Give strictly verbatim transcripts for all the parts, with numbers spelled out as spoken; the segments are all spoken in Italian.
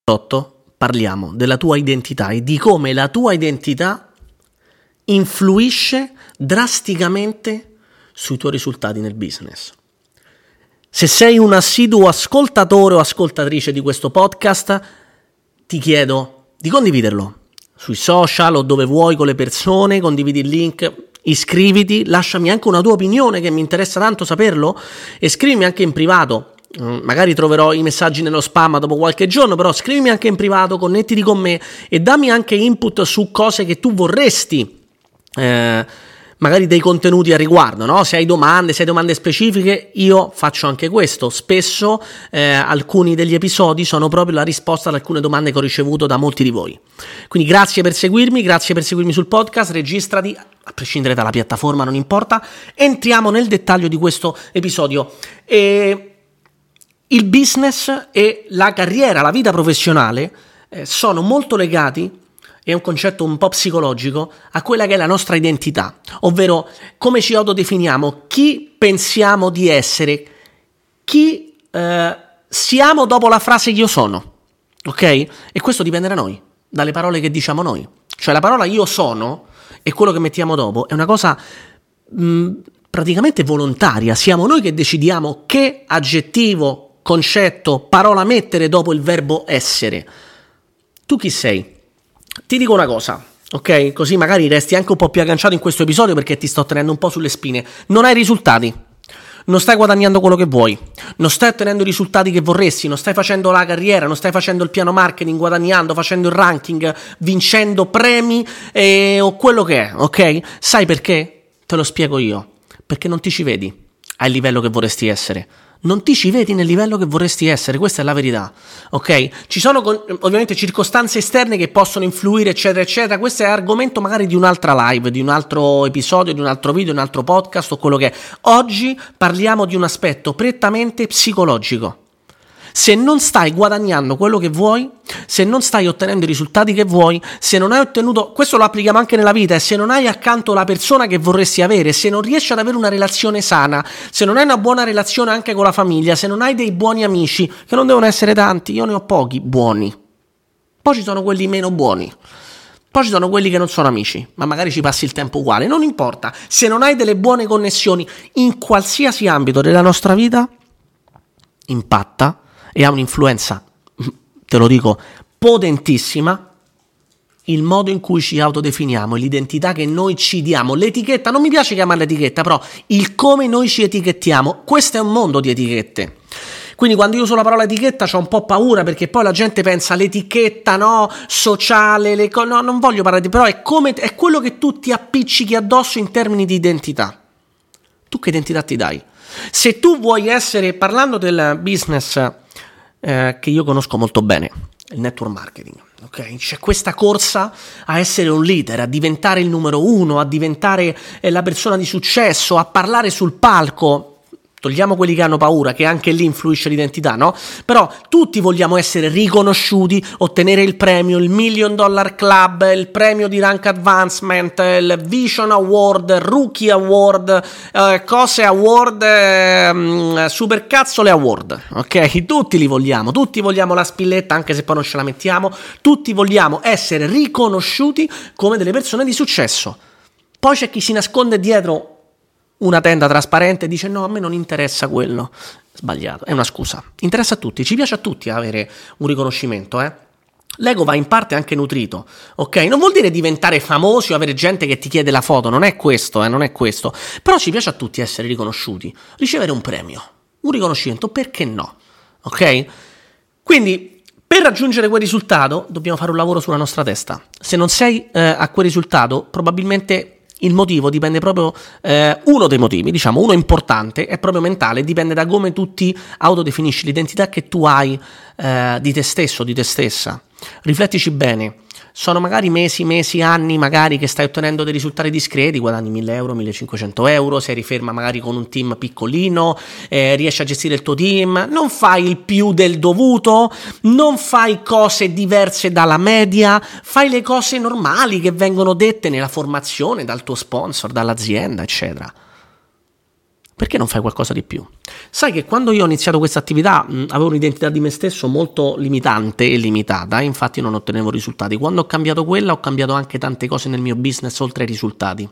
Parliamo della tua identità e di come la tua identità influisce drasticamente sui tuoi risultati nel business. Se sei un assiduo ascoltatore o ascoltatrice di questo podcast, ti chiedo di condividerlo sui social o dove vuoi con le persone, condividi il link, iscriviti, lasciami anche una tua opinione che mi interessa tanto saperlo e scrivimi anche in privato. Magari troverò i messaggi nello spam dopo qualche giorno, però scrivimi anche in privato, connettiti con me e dammi anche input su cose che tu vorresti, eh, magari dei contenuti a riguardo, no? Se hai domande, se hai domande specifiche, io faccio anche questo. Spesso eh, alcuni degli episodi sono proprio la risposta ad alcune domande che ho ricevuto da molti di voi. Quindi grazie per seguirmi, grazie per seguirmi sul podcast, registrati, a prescindere dalla piattaforma, non importa. Entriamo nel dettaglio di questo episodio. E il business e la carriera, la vita professionale eh, sono molto legati, è un concetto un po' psicologico, a quella che è la nostra identità, ovvero come ci autodefiniamo, chi pensiamo di essere, chi eh, siamo dopo la frase io sono, ok? E questo dipende da noi, dalle parole che diciamo noi. Cioè la parola io sono e quello che mettiamo dopo è una cosa mh, praticamente volontaria, siamo noi che decidiamo che aggettivo, concetto, parola mettere dopo il verbo essere. Tu chi sei? Ti dico una cosa, ok? Così magari resti anche un po' più agganciato in questo episodio perché ti sto tenendo un po' sulle spine. Non hai risultati, non stai guadagnando quello che vuoi, non stai ottenendo i risultati che vorresti, non stai facendo la carriera, non stai facendo il piano marketing, guadagnando, facendo il ranking, vincendo premi eh, o quello che è, ok? Sai perché? Te lo spiego io. Perché non ti ci vedi al livello che vorresti essere. Non ti ci vedi nel livello che vorresti essere, questa è la verità, ok? Ci sono ovviamente circostanze esterne che possono influire, eccetera, eccetera. Questo è argomento magari di un'altra live, di un altro episodio, di un altro video, di un altro podcast o quello che è. Oggi parliamo di un aspetto prettamente psicologico. Se non stai guadagnando quello che vuoi, se non stai ottenendo i risultati che vuoi, se non hai ottenuto, questo lo applichiamo anche nella vita, e se non hai accanto la persona che vorresti avere, se non riesci ad avere una relazione sana, se non hai una buona relazione anche con la famiglia, se non hai dei buoni amici, che non devono essere tanti, io ne ho pochi buoni, poi ci sono quelli meno buoni, poi ci sono quelli che non sono amici, ma magari ci passi il tempo uguale, non importa, se non hai delle buone connessioni in qualsiasi ambito della nostra vita, impatta e ha un'influenza, te lo dico, potentissima, il modo in cui ci autodefiniamo, l'identità che noi ci diamo, l'etichetta, non mi piace chiamarla etichetta, però il come noi ci etichettiamo, questo è un mondo di etichette. Quindi quando io uso la parola etichetta c'ho un po' paura perché poi la gente pensa l'etichetta, no, sociale, le co- no, non voglio parlare di, però è come è quello che tu ti appiccichi addosso in termini di identità. Tu che identità ti dai? Se tu vuoi essere, parlando del business eh, che io conosco molto bene, il network marketing, ok? C'è questa corsa a essere un leader, a diventare il numero uno, a diventare eh, la persona di successo, a parlare sul palco. Togliamo quelli che hanno paura, che anche lì influisce l'identità, no? Però tutti vogliamo essere riconosciuti, ottenere il premio, il Million Dollar Club, il premio di Rank Advancement, il Vision Award, Rookie Award, eh, cose Award, eh, Supercazzole Award, ok? Tutti li vogliamo, tutti vogliamo la spilletta, anche se poi non ce la mettiamo, tutti vogliamo essere riconosciuti come delle persone di successo. Poi c'è chi si nasconde dietro una tenda trasparente e dice no, a me non interessa quello. Sbagliato, è una scusa. Interessa a tutti, ci piace a tutti avere un riconoscimento, eh. L'ego va in parte anche nutrito, ok? Non vuol dire diventare famosi o avere gente che ti chiede la foto, non è questo, eh, non è questo. Però ci piace a tutti essere riconosciuti, ricevere un premio, un riconoscimento, perché no? Ok? Quindi per raggiungere quel risultato dobbiamo fare un lavoro sulla nostra testa. Se non sei eh, a quel risultato, probabilmente il motivo dipende proprio, eh, uno dei motivi, diciamo, uno importante, è proprio mentale, dipende da come tu ti autodefinisci, l'identità che tu hai eh, di te stesso, di te stessa. Riflettici bene, sono magari mesi, mesi, anni magari che stai ottenendo dei risultati discreti, guadagni mille euro, millecinquecento euro, sei riferma magari con un team piccolino, eh, riesci a gestire il tuo team, non fai il più del dovuto, non fai cose diverse dalla media, fai le cose normali che vengono dette nella formazione dal tuo sponsor, dall'azienda, eccetera. Perché non fai qualcosa di più? Sai che quando io ho iniziato questa attività mh, avevo un'identità di me stesso molto limitante e limitata, e infatti non ottenevo risultati. Quando ho cambiato quella ho cambiato anche tante cose nel mio business oltre ai risultati.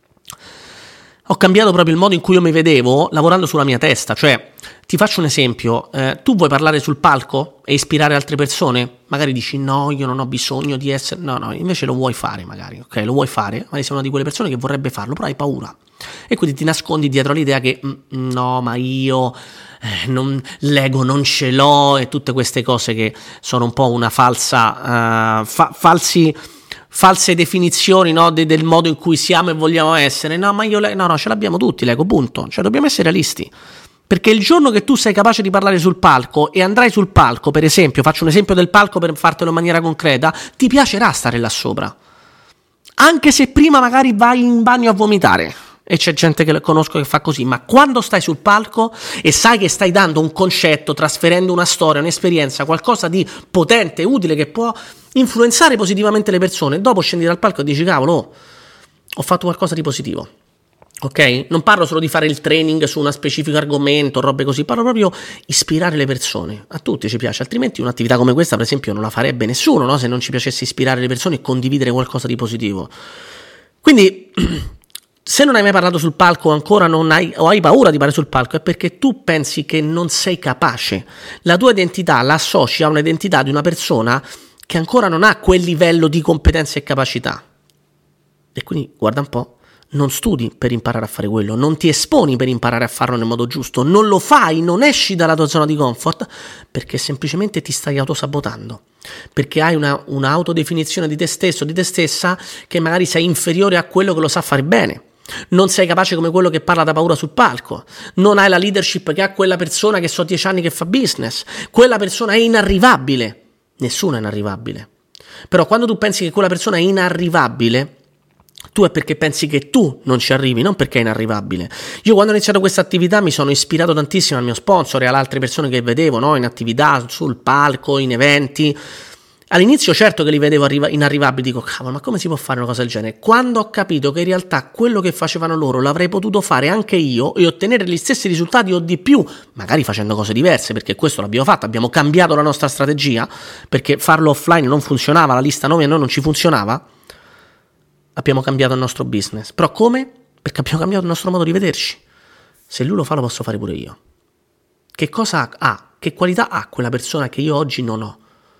Ho cambiato proprio il modo in cui io mi vedevo lavorando sulla mia testa, cioè ti faccio un esempio, eh, tu vuoi parlare sul palco e ispirare altre persone? Magari dici no, io non ho bisogno di essere, no no, invece lo vuoi fare magari, ok, lo vuoi fare, magari sei una di quelle persone che vorrebbe farlo, però hai paura e quindi ti nascondi dietro l'idea che mm, no, ma io eh, non, l'ego non ce l'ho e tutte queste cose che sono un po' una falsa, uh, fa- falsi... false definizioni, no, de- del modo in cui siamo e vogliamo essere. No, ma io le- no, no, ce l'abbiamo tutti l'ego, punto. Cioè dobbiamo essere realisti. Perché il giorno che tu sei capace di parlare sul palco e andrai sul palco, per esempio, faccio un esempio del palco per fartelo in maniera concreta, ti piacerà stare là sopra. Anche se prima magari vai in bagno a vomitare. E c'è gente che conosco che fa così, ma quando stai sul palco e sai che stai dando un concetto, trasferendo una storia, un'esperienza, qualcosa di potente, utile, che può influenzare positivamente le persone, dopo scendi dal palco e dici cavolo, oh, ho fatto qualcosa di positivo, ok? Non parlo solo di fare il training su un specifico argomento, robe così, parlo proprio ispirare le persone. A tutti ci piace, altrimenti un'attività come questa per esempio non la farebbe nessuno, no? Se non ci piacesse ispirare le persone e condividere qualcosa di positivo. Quindi se non hai mai parlato sul palco ancora non hai, o hai paura di parlare sul palco, è perché tu pensi che non sei capace. La tua identità la associ a un'identità di una persona che ancora non ha quel livello di competenza e capacità. E quindi, guarda un po', non studi per imparare a fare quello, non ti esponi per imparare a farlo nel modo giusto, non lo fai, non esci dalla tua zona di comfort, perché semplicemente ti stai autosabotando. Perché hai una, una autodefinizione di te stesso, di te stessa, che magari sei inferiore a quello che lo sa fare bene. Non sei capace come quello che parla da paura sul palco, non hai la leadership che ha quella persona che so dieci anni che fa business, quella persona è inarrivabile, nessuno è inarrivabile, però quando tu pensi che quella persona è inarrivabile, tu è perché pensi che tu non ci arrivi, non perché è inarrivabile. Io quando ho iniziato questa attività mi sono ispirato tantissimo al mio sponsor e alle altre persone che vedevo, no? In attività, sul palco, in eventi. All'inizio certo che li vedevo arriva- inarrivabili, dico cavolo, ma come si può fare una cosa del genere? Quando ho capito che in realtà quello che facevano loro l'avrei potuto fare anche io e ottenere gli stessi risultati o di più, magari facendo cose diverse, perché questo l'abbiamo fatto, abbiamo cambiato la nostra strategia, perché farlo offline non funzionava, la lista nomi a noi non ci funzionava, abbiamo cambiato il nostro business. Però come? Perché abbiamo cambiato il nostro modo di vederci. Se lui lo fa lo posso fare pure io. Che cosa ha? Che qualità ha quella persona che io oggi non ho?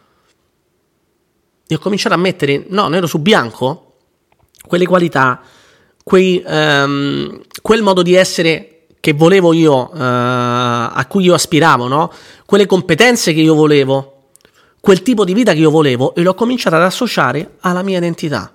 E ho cominciato a mettere, no, nero su bianco, quelle qualità, quei, um, quel modo di essere che volevo io, uh, a cui io aspiravo, no? Quelle competenze che io volevo, quel tipo di vita che io volevo, e l'ho cominciato ad associare alla mia identità.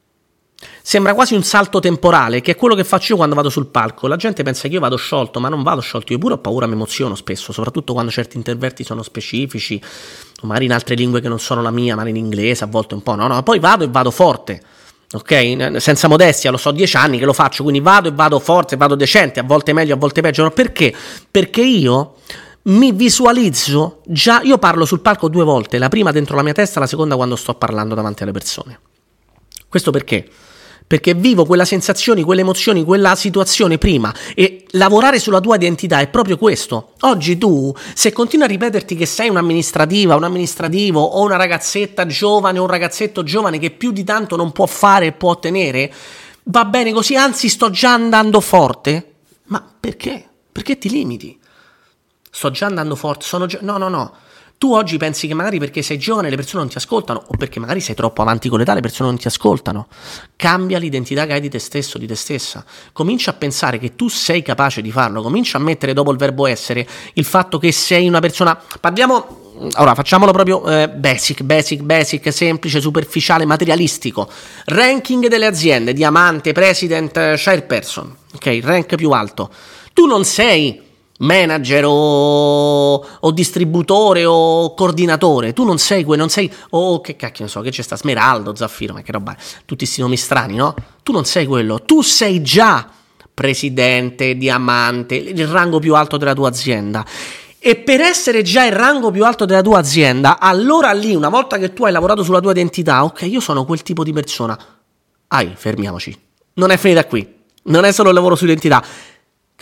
Sembra quasi un salto temporale, che è quello che faccio io quando vado sul palco. La gente pensa che io vado sciolto, ma non vado sciolto. Io pure ho paura, mi emoziono spesso, soprattutto quando certi interventi sono specifici, o magari in altre lingue che non sono la mia, magari in inglese a volte un po', no, no, poi vado e vado forte, ok? Senza modestia, lo so, dieci anni che lo faccio, quindi vado e vado forte, vado decente, a volte meglio, a volte peggio. Perché? Perché io mi visualizzo già, io parlo sul palco due volte, la prima dentro la mia testa, la seconda quando sto parlando davanti alle persone. Questo perché? Perché vivo quella sensazione, quelle emozioni, quella situazione prima, e lavorare sulla tua identità è proprio questo. Oggi tu, se continui a ripeterti che sei un'amministrativa, un amministrativo o una ragazzetta giovane o un ragazzetto giovane che più di tanto non può fare e può ottenere, va bene così, anzi sto già andando forte, ma perché? Perché ti limiti? Sto già andando forte, sono già... No, no, no. Tu oggi pensi che magari perché sei giovane le persone non ti ascoltano, o perché magari sei troppo avanti con l'età le persone non ti ascoltano. Cambia l'identità che hai di te stesso, di te stessa. Comincia a pensare che tu sei capace di farlo, comincia a mettere dopo il verbo essere il fatto che sei una persona... Parliamo... Allora, facciamolo proprio eh, basic, basic, basic, semplice, superficiale, materialistico. Ranking delle aziende, diamante, president, chairperson. Ok, rank più alto. Tu non sei manager o, o distributore o coordinatore, tu non sei quel, non sei, oh che cacchio ne so, che c'è sta Smeraldo, Zaffiro, ma che roba, tutti sti nomi strani, no? Tu non sei quello, tu sei già presidente, diamante, il rango più alto della tua azienda. E per essere già il rango più alto della tua azienda, allora lì, una volta che tu hai lavorato sulla tua identità, ok, io sono quel tipo di persona. Ai, fermiamoci. Non è finita qui. Non è solo il lavoro sull'identità.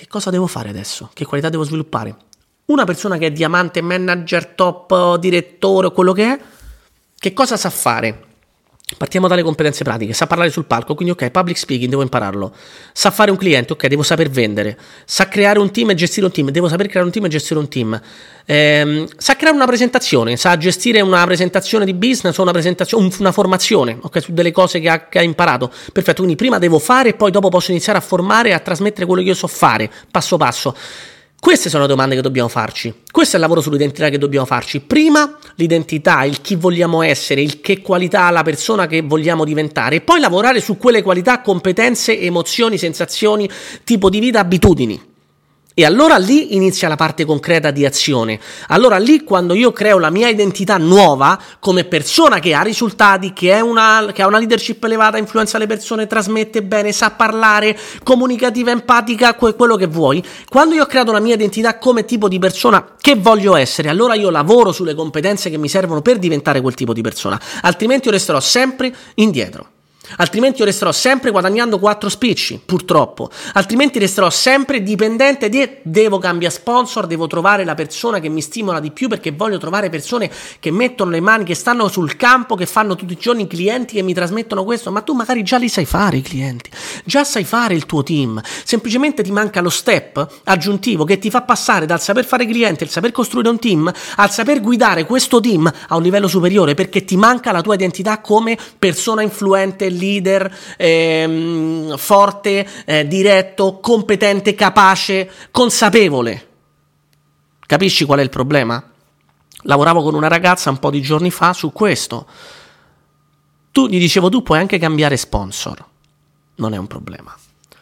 che cosa devo fare adesso? Che qualità devo sviluppare? Una persona che è diamante, manager, top, direttore o quello che è, che cosa sa fare? Partiamo dalle competenze pratiche. Sa parlare sul palco, quindi ok, public speaking, devo impararlo. Sa fare un cliente, ok, devo saper vendere. Sa creare un team e gestire un team, devo saper creare un team e gestire un team. Ehm, sa creare una presentazione, sa gestire una presentazione di business o una presentazione, una formazione, ok, su delle cose che ha, che ha imparato. Perfetto, quindi prima devo fare e poi dopo posso iniziare a formare e a trasmettere quello che io so fare, passo passo. Queste sono le domande che dobbiamo farci. Questo è il lavoro sull'identità che dobbiamo farci. Prima l'identità, il chi vogliamo essere, il che qualità ha la persona che vogliamo diventare, e poi lavorare su quelle qualità, competenze, emozioni, sensazioni, tipo di vita, abitudini. E allora lì inizia la parte concreta di azione. Allora lì, quando io creo la mia identità nuova come persona che ha risultati, che, è una, che ha una leadership elevata, influenza le persone, trasmette bene, sa parlare, comunicativa, empatica, que- quello che vuoi, quando io ho creato la mia identità come tipo di persona che voglio essere, allora io lavoro sulle competenze che mi servono per diventare quel tipo di persona, altrimenti io resterò sempre indietro. Altrimenti io resterò sempre guadagnando quattro spicci, purtroppo. Altrimenti resterò sempre dipendente di devo cambiare sponsor, devo trovare la persona che mi stimola di più, perché voglio trovare persone che mettono le mani, che stanno sul campo, che fanno tutti i giorni clienti che mi trasmettono questo. Ma tu magari già li sai fare i clienti, già sai fare il tuo team, semplicemente ti manca lo step aggiuntivo che ti fa passare dal saper fare clienti, al saper costruire un team, al saper guidare questo team a un livello superiore, perché ti manca la tua identità come persona influente, leader, ehm, forte, eh, diretto, competente, capace, consapevole. Capisci qual è il problema? Lavoravo con una ragazza un po' di giorni fa su questo. Tu gli dicevo, tu puoi anche cambiare sponsor, non è un problema.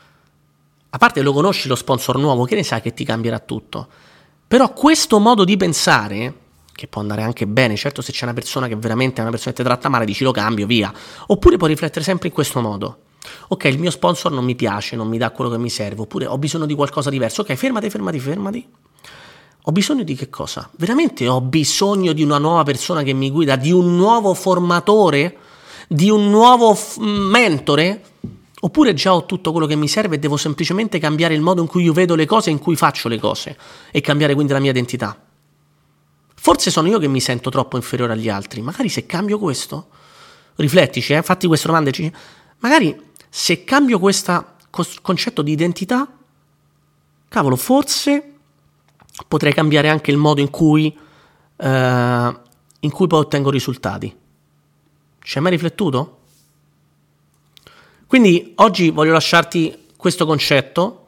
A parte lo conosci lo sponsor nuovo, che ne sai che ti cambierà tutto. Però questo modo di pensare, che può andare anche bene, certo se c'è una persona che veramente è una persona che ti tratta male, dici lo cambio, via. Oppure puoi riflettere sempre in questo modo. Ok, il mio sponsor non mi piace, non mi dà quello che mi serve, oppure ho bisogno di qualcosa diverso. Ok, fermati, fermati, fermati. Ho bisogno di che cosa? Veramente ho bisogno di una nuova persona che mi guida, di un nuovo formatore, di un nuovo f- mentore? Oppure già ho tutto quello che mi serve e devo semplicemente cambiare il modo in cui io vedo le cose, in cui faccio le cose, e cambiare quindi la mia identità? Forse sono io che mi sento troppo inferiore agli altri. Magari se cambio questo, riflettici, eh, fatti queste domande, magari se cambio questo concetto di identità, cavolo, forse potrei cambiare anche il modo in cui eh, in cui poi ottengo risultati. Ci hai mai riflettuto? Quindi oggi voglio lasciarti questo concetto.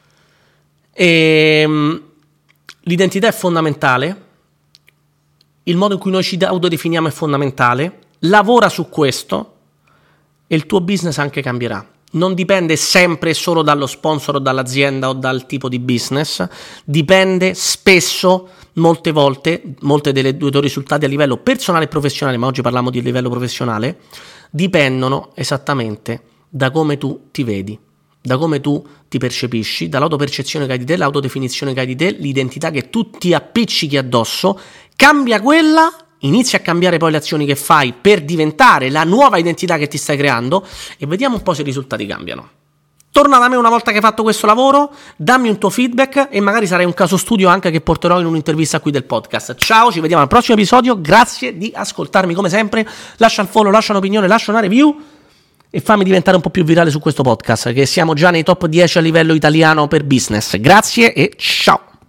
E, l'identità è fondamentale. Il modo in cui noi ci autodefiniamo è fondamentale. Lavora su questo e il tuo business anche cambierà. Non dipende sempre e solo dallo sponsor o dall'azienda o dal tipo di business. Dipende spesso, molte volte, molte delle due tuoi risultati a livello personale e professionale, ma oggi parliamo di livello professionale, dipendono esattamente da come tu ti vedi, da come tu ti percepisci, dall'autopercezione che hai di te, l'autodefinizione che hai di te, l'identità che tu ti appiccichi addosso. Cambia quella, inizia a cambiare poi le azioni che fai per diventare la nuova identità che ti stai creando e vediamo un po' se i risultati cambiano. Torna da me una volta che hai fatto questo lavoro, dammi un tuo feedback e magari sarai un caso studio anche che porterò in un'intervista qui del podcast. Ciao, ci vediamo al prossimo episodio, grazie di ascoltarmi come sempre, lascia il follow, lascia un'opinione, lascia una review e fammi diventare un po' più virale su questo podcast, che siamo già nei top dieci a livello italiano per business. Grazie e ciao!